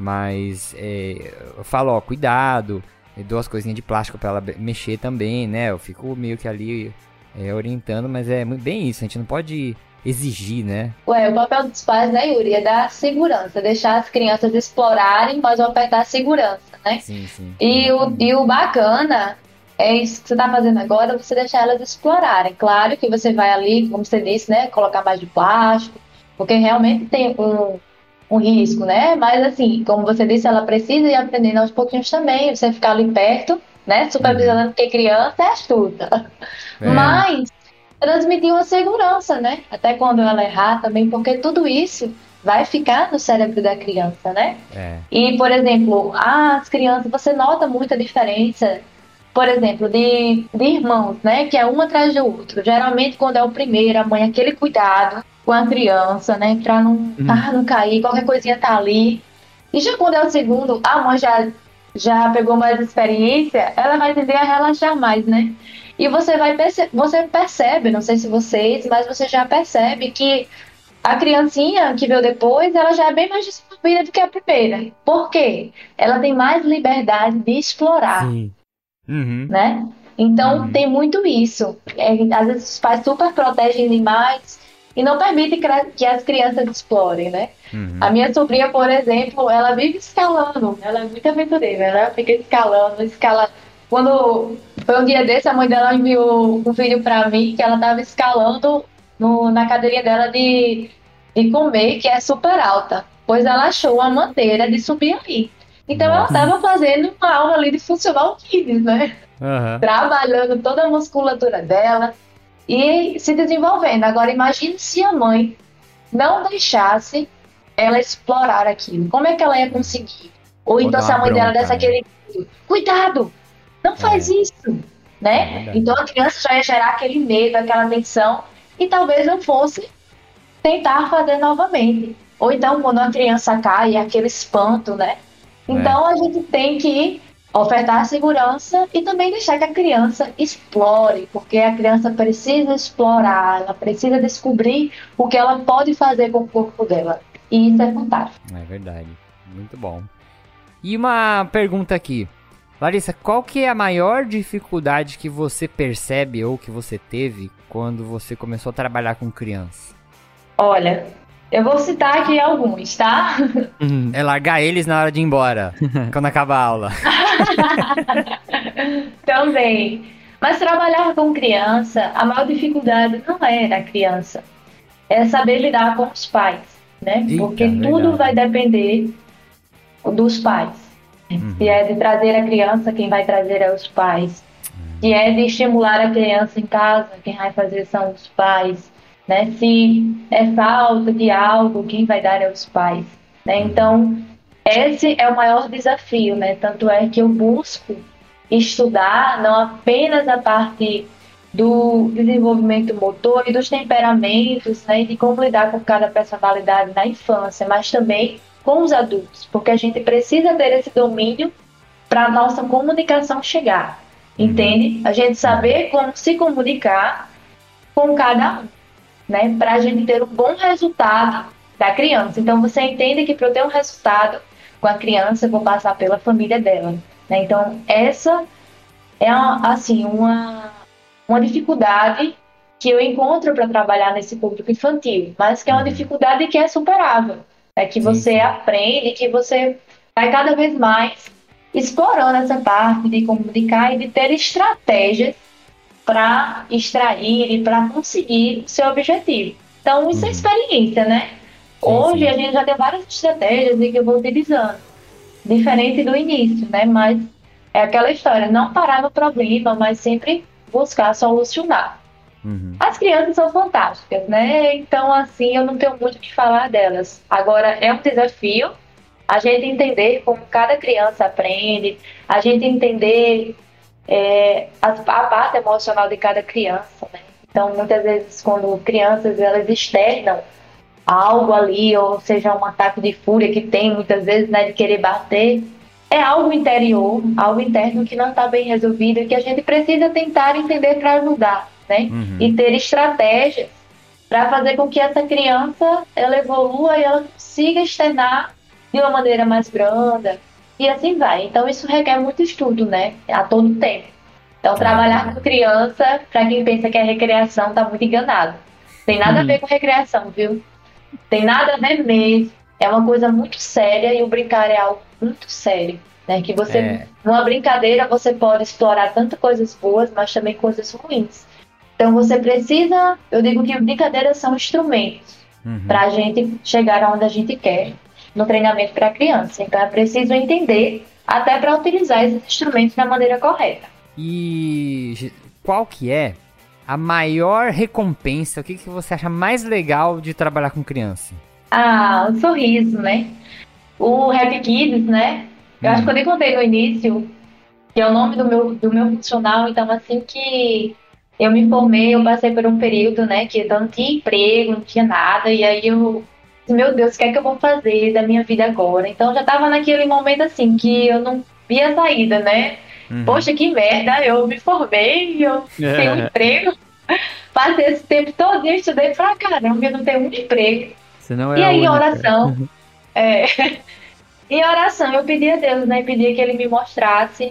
mas é, eu falo, ó, cuidado, eu dou as coisinhas de plástico pra ela mexer também, né? Eu fico meio que ali é, orientando, mas é bem isso, a gente não pode exigir, né? Ué, o papel dos pais, né, Yuri, é dar segurança, deixar as crianças explorarem, mas ofertar segurança, né? Sim, sim. E o, e o bacana é isso que você tá fazendo agora, você deixar elas explorarem. Claro que você vai ali, como você disse, né, colocar mais de plástico, porque realmente tem um, um risco, né? Mas assim, como você disse, ela precisa ir aprendendo aos pouquinhos também, você ficar ali perto, né, supervisionando, porque criança é astuta. É. Mas transmitir uma segurança, né? Até quando ela errar também, porque tudo isso vai ficar no cérebro da criança, né? É. E, por exemplo, as crianças, você nota muita diferença, por exemplo, de, de irmãos, né? Que é um atrás do outro. Geralmente, quando é o primeiro, a mãe, aquele cuidado com a criança, né? Pra não, uhum. ah, não cair, qualquer coisinha tá ali. E já quando é o segundo, a mãe já, já pegou mais experiência, ela vai tender a relaxar mais, né? E você vai perce- você percebe, não sei se vocês, mas você já percebe que a criancinha que veio depois, ela já é bem mais desenvolvida do que a primeira. Por quê? Ela tem mais liberdade de explorar. Sim. Uhum. Né? Então, uhum. tem muito isso. É, às vezes os pais super protegem demais e não permitem que as crianças explorem, né? Uhum. A minha sobrinha, por exemplo, ela vive escalando. Ela é muito aventureira, ela fica escalando, escala. Quando foi um dia desse, a mãe dela enviou um vídeo pra mim que ela tava escalando no, na cadeirinha dela de, de comer, que é super alta. Pois ela achou uma maneira de subir ali. Então Nossa. Ela tava fazendo uma aula ali de funcional kids, né? Uhum. Trabalhando toda a musculatura dela e se desenvolvendo. Agora imagine se a mãe não deixasse ela explorar aquilo. Como é que ela ia conseguir? Ou então se a mãe dela desse aquele cuidado! Não faz é. isso, né? É então a criança já ia gerar aquele medo, aquela tensão, e talvez não fosse tentar fazer novamente. Ou então quando a criança cai, aquele espanto, né? Então é. a gente tem que ofertar segurança e também deixar que a criança explore, porque a criança precisa explorar, ela precisa descobrir o que ela pode fazer com o corpo dela. E isso é fantástico. É verdade, muito bom. E uma pergunta aqui. Larissa, qual que é a maior dificuldade que você percebe ou que você teve quando você começou a trabalhar com criança? Olha, eu vou citar aqui alguns, tá? É largar eles na hora de ir embora, quando acaba a aula. Também. Mas trabalhar com criança, a maior dificuldade não é da criança, é saber lidar com os pais, né? Eita, porque verdade. tudo vai depender dos pais. Uhum. Se é de trazer a criança, quem vai trazer é os pais. Se é de estimular a criança em casa, quem vai fazer são os pais, né? Se é falta de algo, quem vai dar é os pais, né? Então, esse é o maior desafio, né? Tanto é que eu busco estudar não apenas a parte do desenvolvimento motor e dos temperamentos, né? E de como lidar com cada personalidade na infância, mas também com os adultos, porque a gente precisa ter esse domínio para a nossa comunicação chegar, entende? A gente saber como se comunicar com cada um, né? Para a gente ter um bom resultado da criança. Então, você entende que para eu ter um resultado com a criança, eu vou passar pela família dela, né? Então, essa é, assim, uma, uma dificuldade que eu encontro para trabalhar nesse público infantil, mas que é uma dificuldade que é superável, é que você Sim, sim. aprende, que você vai cada vez mais explorando essa parte de comunicar e de ter estratégias para extrair e para conseguir o seu objetivo. Então, isso é experiência, né? Sim, Hoje sim. a gente já tem várias estratégias que eu vou utilizando, diferente do início, né? Mas é aquela história, não parar no problema, mas sempre buscar solucionar. Uhum. As crianças são fantásticas, né? Então, assim, eu não tenho muito o que falar delas. Agora, é um desafio a gente entender como cada criança aprende, a gente entender é, a, a parte emocional de cada criança, né? Então, muitas vezes, quando crianças elas externam algo ali, ou seja, um ataque de fúria que tem muitas vezes, né, de querer bater, é algo interior, algo interno que não está bem resolvido e que a gente precisa tentar entender para ajudar, né? Uhum. E ter estratégias para fazer com que essa criança ela evolua e ela consiga externar de uma maneira mais branda e assim vai. Então isso requer muito estudo, né? A todo tempo. Então trabalhar com criança, para quem pensa que é recreação, tá muito enganado. Tem nada a ver com recreação, viu? Tem nada a ver mesmo. É uma coisa muito séria e o brincar é algo muito sério, né? Que você, É. numa brincadeira, você pode explorar tanto coisas boas, mas também coisas ruins. Então você precisa, eu digo que brincadeiras são instrumentos Uhum. para a gente chegar aonde a gente quer no treinamento para criança. Então é preciso entender até para utilizar esses instrumentos da maneira correta. E Gi- qual que é a maior recompensa? O que, que você acha mais legal de trabalhar com criança? Ah, o sorriso, né? O Happy Kids, né? Eu acho que eu nem contei no início, que é o nome do meu, do meu funcional. Então, assim que eu me formei, eu passei por um período, né, que eu não tinha emprego, não tinha nada, e aí eu disse, meu Deus, o que é que eu vou fazer da minha vida agora? Então, eu já tava naquele momento, assim, que eu não via saída, né? Uhum. Poxa, que merda, eu me formei, eu tenho um emprego, passei esse tempo todo, eu estudei pra caramba, eu não tenho um emprego. Você não é E a aí, em única. oração, é, em oração, eu pedi a Deus, né? Pedi que Ele me mostrasse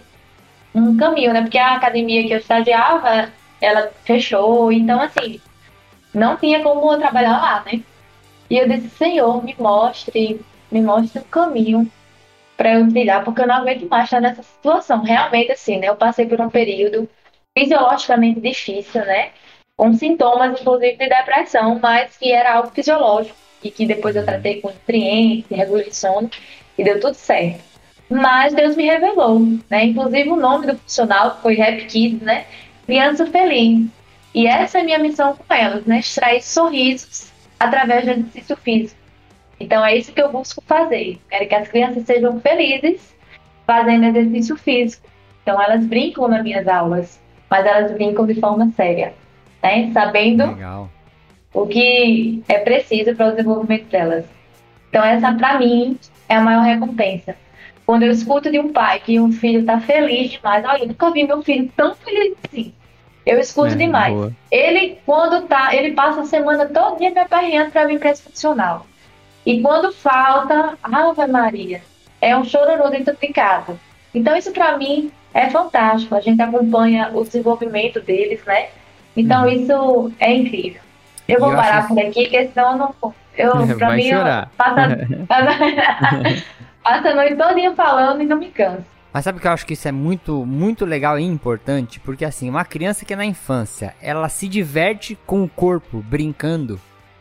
um caminho, né? Porque a academia que eu estagiava, ela fechou, então, assim, não tinha como eu trabalhar lá, né? E eu disse, Senhor, me mostre, me mostre um caminho para eu trilhar, porque eu não aguento mais estar nessa situação. Realmente, assim, né? Eu passei por um período fisiologicamente difícil, né? Com sintomas, inclusive, de depressão, mas que era algo fisiológico e que depois eu tratei com nutrientes, regulei sono e deu tudo certo. Mas Deus me revelou, né? Inclusive o nome do funcional foi Happy Kids, né? Criança Feliz. E essa é a minha missão com elas, né? Extrair sorrisos através do exercício físico. Então é isso que eu busco fazer. Quero que as crianças sejam felizes fazendo exercício físico. Então elas brincam nas minhas aulas, mas elas brincam de forma séria, né? Sabendo Legal. o que é preciso para o desenvolvimento delas. Então essa, para mim, é a maior recompensa. Quando eu escuto de um pai que um filho está feliz demais, olha, eu nunca vi meu filho tão feliz assim. Eu escuto É, demais. boa. Ele, quando tá, ele passa a semana todo dia me aperreando para vir para esse funcional. E quando falta, Ave Maria, é um chororô dentro de casa. Então isso para mim é fantástico. A gente acompanha o desenvolvimento deles, né? Então isso é incrível. Eu vou E eu parar acho por aqui, porque senão eu não... Eu, pra Vai mim, chorar. eu passo a, passa a noite todinha falando e não me canso. Mas sabe que eu acho que isso é muito, muito legal e importante? Porque assim, uma criança que é na infância, ela se diverte com o corpo, brincando,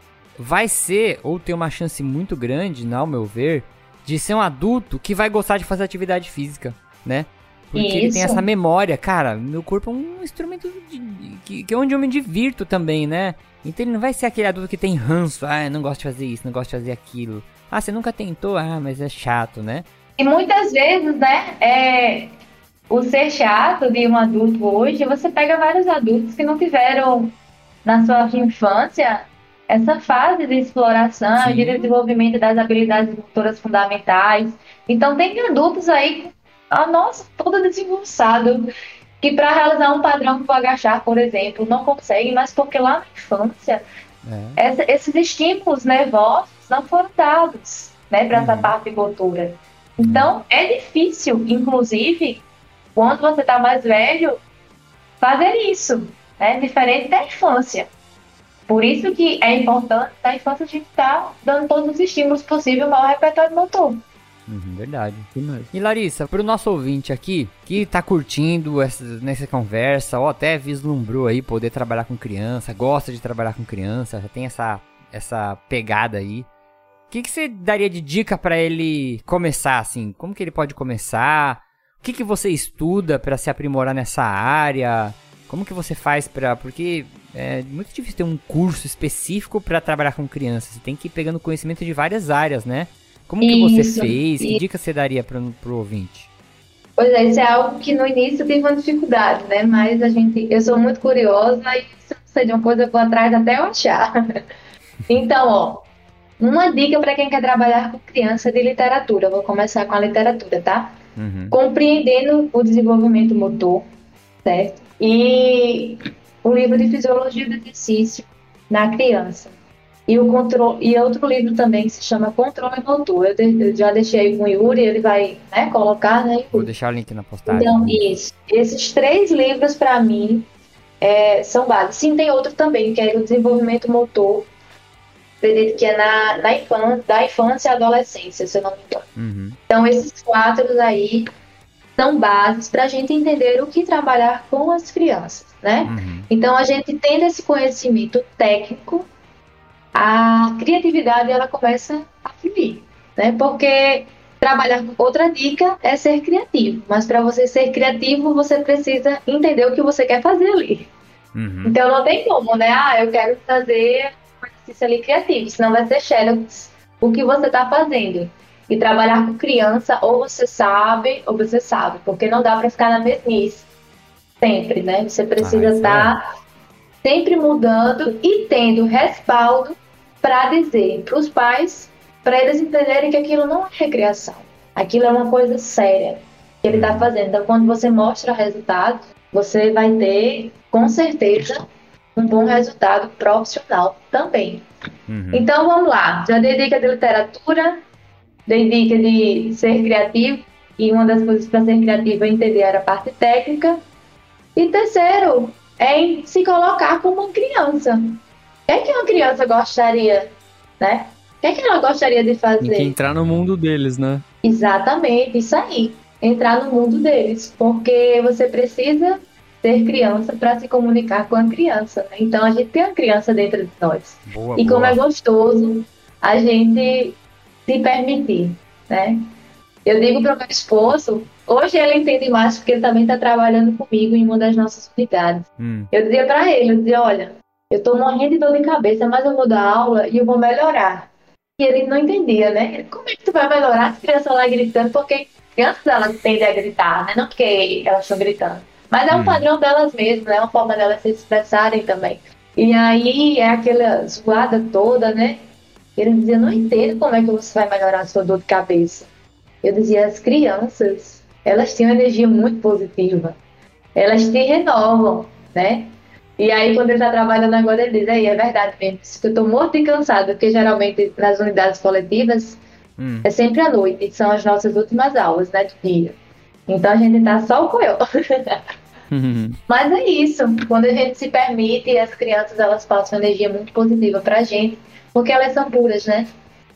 vai ser, ou tem uma chance muito grande, ao meu ver, de ser um adulto que vai gostar de fazer atividade física, né? Porque Isso. ele tem essa memória, cara, meu corpo é um instrumento de, de, que, que é onde eu me divirto também, né? Então ele não vai ser aquele adulto que tem ranço, ah, eu não gosto de fazer isso, não gosto de fazer aquilo. Ah, você nunca tentou? Ah, mas é chato, né? E muitas vezes, né, é, o ser chato de um adulto hoje, você pega vários adultos que não tiveram na sua infância essa fase de exploração, Sim. de desenvolvimento das habilidades motoras fundamentais. Então tem adultos aí, ah, nossa, todo desengonçado, que para realizar um padrão do agachar, por exemplo, não conseguem, mas porque lá na infância, É. essa, esses estímulos nervosos não foram dados, né, para essa Uhum. parte motora. Então, é difícil, inclusive, quando você está mais velho, fazer isso, né? Diferente da infância. Por isso que é importante, na infância, a gente estar dando todos os estímulos possíveis, o maior repertório motor. Uhum, verdade. E Larissa, pro nosso ouvinte aqui, que tá curtindo essa, nessa conversa, ou até vislumbrou aí poder trabalhar com criança, gosta de trabalhar com criança, já tem essa, essa pegada aí. O que, que você daria de dica pra ele começar, assim? Como que ele pode começar? O que, que você estuda pra se aprimorar nessa área? Como que você faz pra... Porque é muito difícil ter um curso específico pra trabalhar com crianças. Você tem que ir pegando conhecimento de várias áreas, né? Como que você Isso, fez? Que isso. dica você daria pro, pro ouvinte? Pois é, isso é algo que no início eu tive uma dificuldade, né? Mas a gente, eu sou muito curiosa e se não sei de uma coisa, eu vou atrás até eu achar. Então, ó, uma dica para quem quer trabalhar com criança de literatura. Eu vou começar com a literatura, tá? Uhum. Compreendendo o desenvolvimento motor, certo? E o livro de Fisiologia do Exercício na criança. E, o controle, e outro livro também que se chama Controle Motor. Eu, de, eu já deixei aí com o Yuri, ele vai, né, colocar, né? Vou deixar o link na postagem. Então, isso. Esses três livros, para mim, é, são básicos. Sim, tem outro também, que é o Desenvolvimento Motor, acredito que é na, na infância, da infância e adolescência, se eu não me engano. Uhum. Então, esses quatro aí são bases para a gente entender o que trabalhar com as crianças, né? Uhum. Então, a gente tendo esse conhecimento técnico, a criatividade ela começa a fluir, né? Porque trabalhar com outra dica é ser criativo, mas para você ser criativo, você precisa entender o que você quer fazer ali. Uhum. Então, não tem como, né? Ah, eu quero fazer um exercício ali criativo, senão vai ser xerox o que você está fazendo. E trabalhar com criança, ou você sabe, ou você sabe, porque não dá para ficar na mesmice sempre, né? Você precisa Ah, isso estar sempre mudando e tendo respaldo para dizer para os pais, para eles entenderem que aquilo não é recreação, aquilo é uma coisa séria que ele está fazendo. Então, quando você mostra resultados, você vai ter, com certeza, um bom resultado profissional também. Uhum. Então, vamos lá. Já dei dica de literatura, dei dica de ser criativo, e uma das coisas para ser criativo é entender era a parte técnica. E terceiro, é em se colocar como uma criança. O que é que uma criança gostaria, né? O que é que ela gostaria de fazer? Tem que entrar no mundo deles, né? Exatamente, isso aí. Entrar no mundo deles. Porque você precisa ser criança para se comunicar com a criança, né? Então a gente tem uma criança dentro de nós. Boa, E como boa. é gostoso a gente se permitir, né? Eu digo para o meu esposo, hoje ele entende mais porque ele também está trabalhando comigo em uma das nossas unidades. Hum. Eu dizia para ele, eu dizia, olha, eu estou morrendo de dor de cabeça, mas eu vou dar aula e eu vou melhorar. E ele não entendia, né? Ele, como é que tu vai melhorar as crianças lá gritando? Porque crianças elas tendem a gritar, né? Não porque elas estão gritando. Mas é um Hum. padrão delas mesmas, é uma forma delas se expressarem também. E aí é aquela zoada toda, né? Ele dizia, não entendo como é que você vai melhorar a sua dor de cabeça. Eu dizia, as crianças, elas têm uma energia muito positiva. Elas te renovam, né? E aí, quando ele está trabalhando agora, ele diz, aí, é verdade mesmo, isso que eu estou morto e cansado, porque geralmente nas unidades coletivas Hum. é sempre à noite, são as nossas últimas aulas, né, de dia. Então a gente tá só o coió. Mas é isso, quando a gente se permite, as crianças elas passam energia muito positiva pra gente, porque elas são puras, né?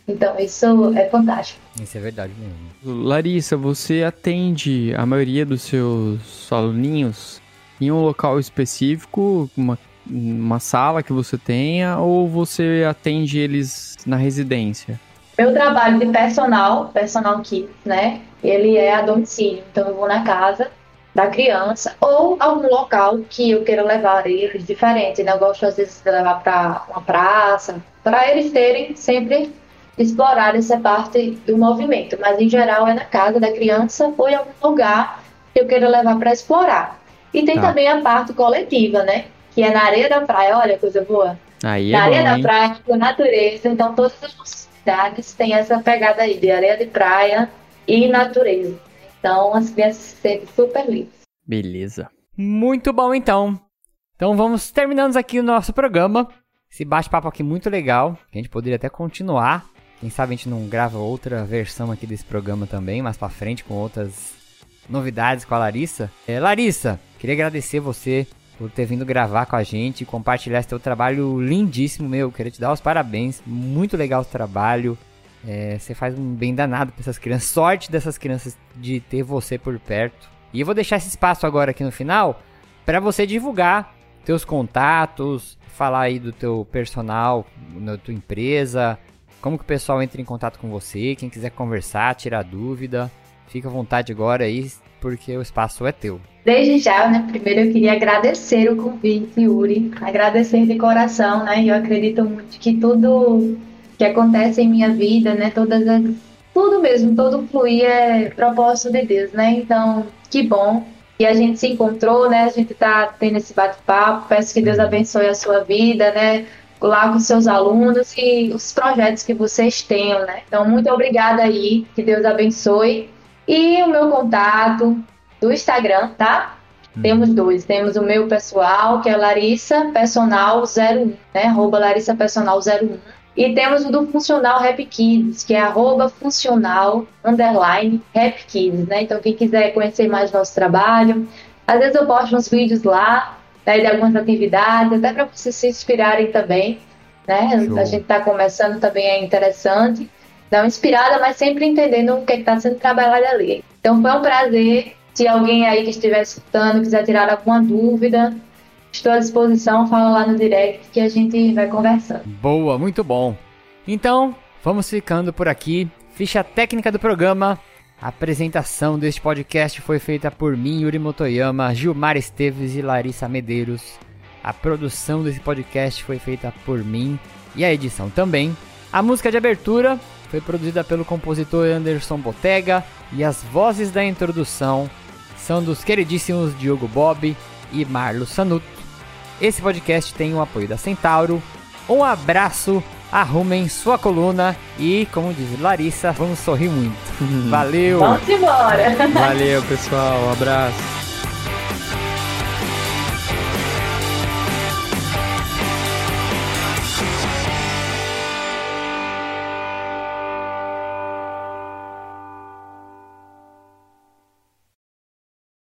Então isso é fantástico. Isso é verdade mesmo. Larissa, você atende a maioria dos seus aluninhos em um local específico, uma, uma sala que você tenha, ou você atende eles na residência? Meu trabalho de personal, personal kids, né? Ele é a domicílio. Então eu vou na casa da criança ou algum local que eu queira levar eles diferente, né? Eu gosto às vezes de levar para uma praça, para eles terem sempre explorar essa parte do movimento, mas em geral é na casa da criança ou em algum lugar que eu queira levar para explorar. E tem Tá. também a parte coletiva, né? Que é na areia da praia, olha, coisa boa. Aí Na é areia bom, da hein? praia, com a natureza, então todas as cidades têm essa pegada aí de areia de praia e natureza. Então as crianças se sentem super livres. Beleza. Muito bom, então. Então vamos terminando aqui o nosso programa. Esse bate-papo aqui muito legal, que a gente poderia até continuar. Quem sabe a gente não grava outra versão aqui desse programa também, mais pra frente, com outras novidades com a Larissa. É, Larissa, queria agradecer você por ter vindo gravar com a gente e compartilhar esse teu trabalho lindíssimo, meu. Queria te dar os parabéns. Muito legal o trabalho. É, você faz um bem danado pra essas crianças. Sorte dessas crianças de ter você por perto. E eu vou deixar esse espaço agora aqui no final para você divulgar teus contatos, falar aí do teu personal, da tua empresa, como que o pessoal entra em contato com você, quem quiser conversar, tirar dúvida, fica à vontade agora aí, porque o espaço é teu. Desde já, né, primeiro eu queria agradecer o convite, Yuri, agradecer de coração, né, e eu acredito muito que tudo que acontece em minha vida, né, todas as, tudo mesmo, todo fluir é propósito de Deus, né, então, que bom que a gente se encontrou, né, a gente tá tendo esse bate-papo, peço que Deus abençoe a sua vida, né, lá com seus alunos e os projetos que vocês tenham, né, então, muito obrigada aí, que Deus abençoe, e o meu contato do Instagram, tá? Hum. Temos dois. Temos o meu pessoal, que é Larissa Personal zero um, né? Arroba Larissa Personal zero um. E temos o do Funcional Rap Kids, que é arroba funcional underline Rap Kids, né? Então, quem quiser conhecer mais nosso trabalho, às vezes eu posto uns vídeos lá, né, de algumas atividades, até para vocês se inspirarem também, né? Show. A gente tá começando também, é interessante. Dá uma inspirada, mas sempre entendendo o que está sendo trabalhado ali. Então foi um prazer. Se alguém aí que estiver escutando quiser tirar alguma dúvida, estou à disposição, fala lá no direct que a gente vai conversando. Boa, muito bom. Então, vamos ficando por aqui. Ficha técnica do programa. A apresentação deste podcast foi feita por mim, Yuri Motoyama, Gilmar Esteves e Larissa Medeiros. A produção desse podcast foi feita por mim e a edição também. A música de abertura foi produzida pelo compositor Anderson Botega e as vozes da introdução são dos queridíssimos Diogo Bob e Marlo Sanuto. Esse podcast tem o apoio da Centauro. Um abraço, arrumem sua coluna e, como diz Larissa, vamos sorrir muito. Valeu! Vamos embora! Valeu, pessoal, um abraço!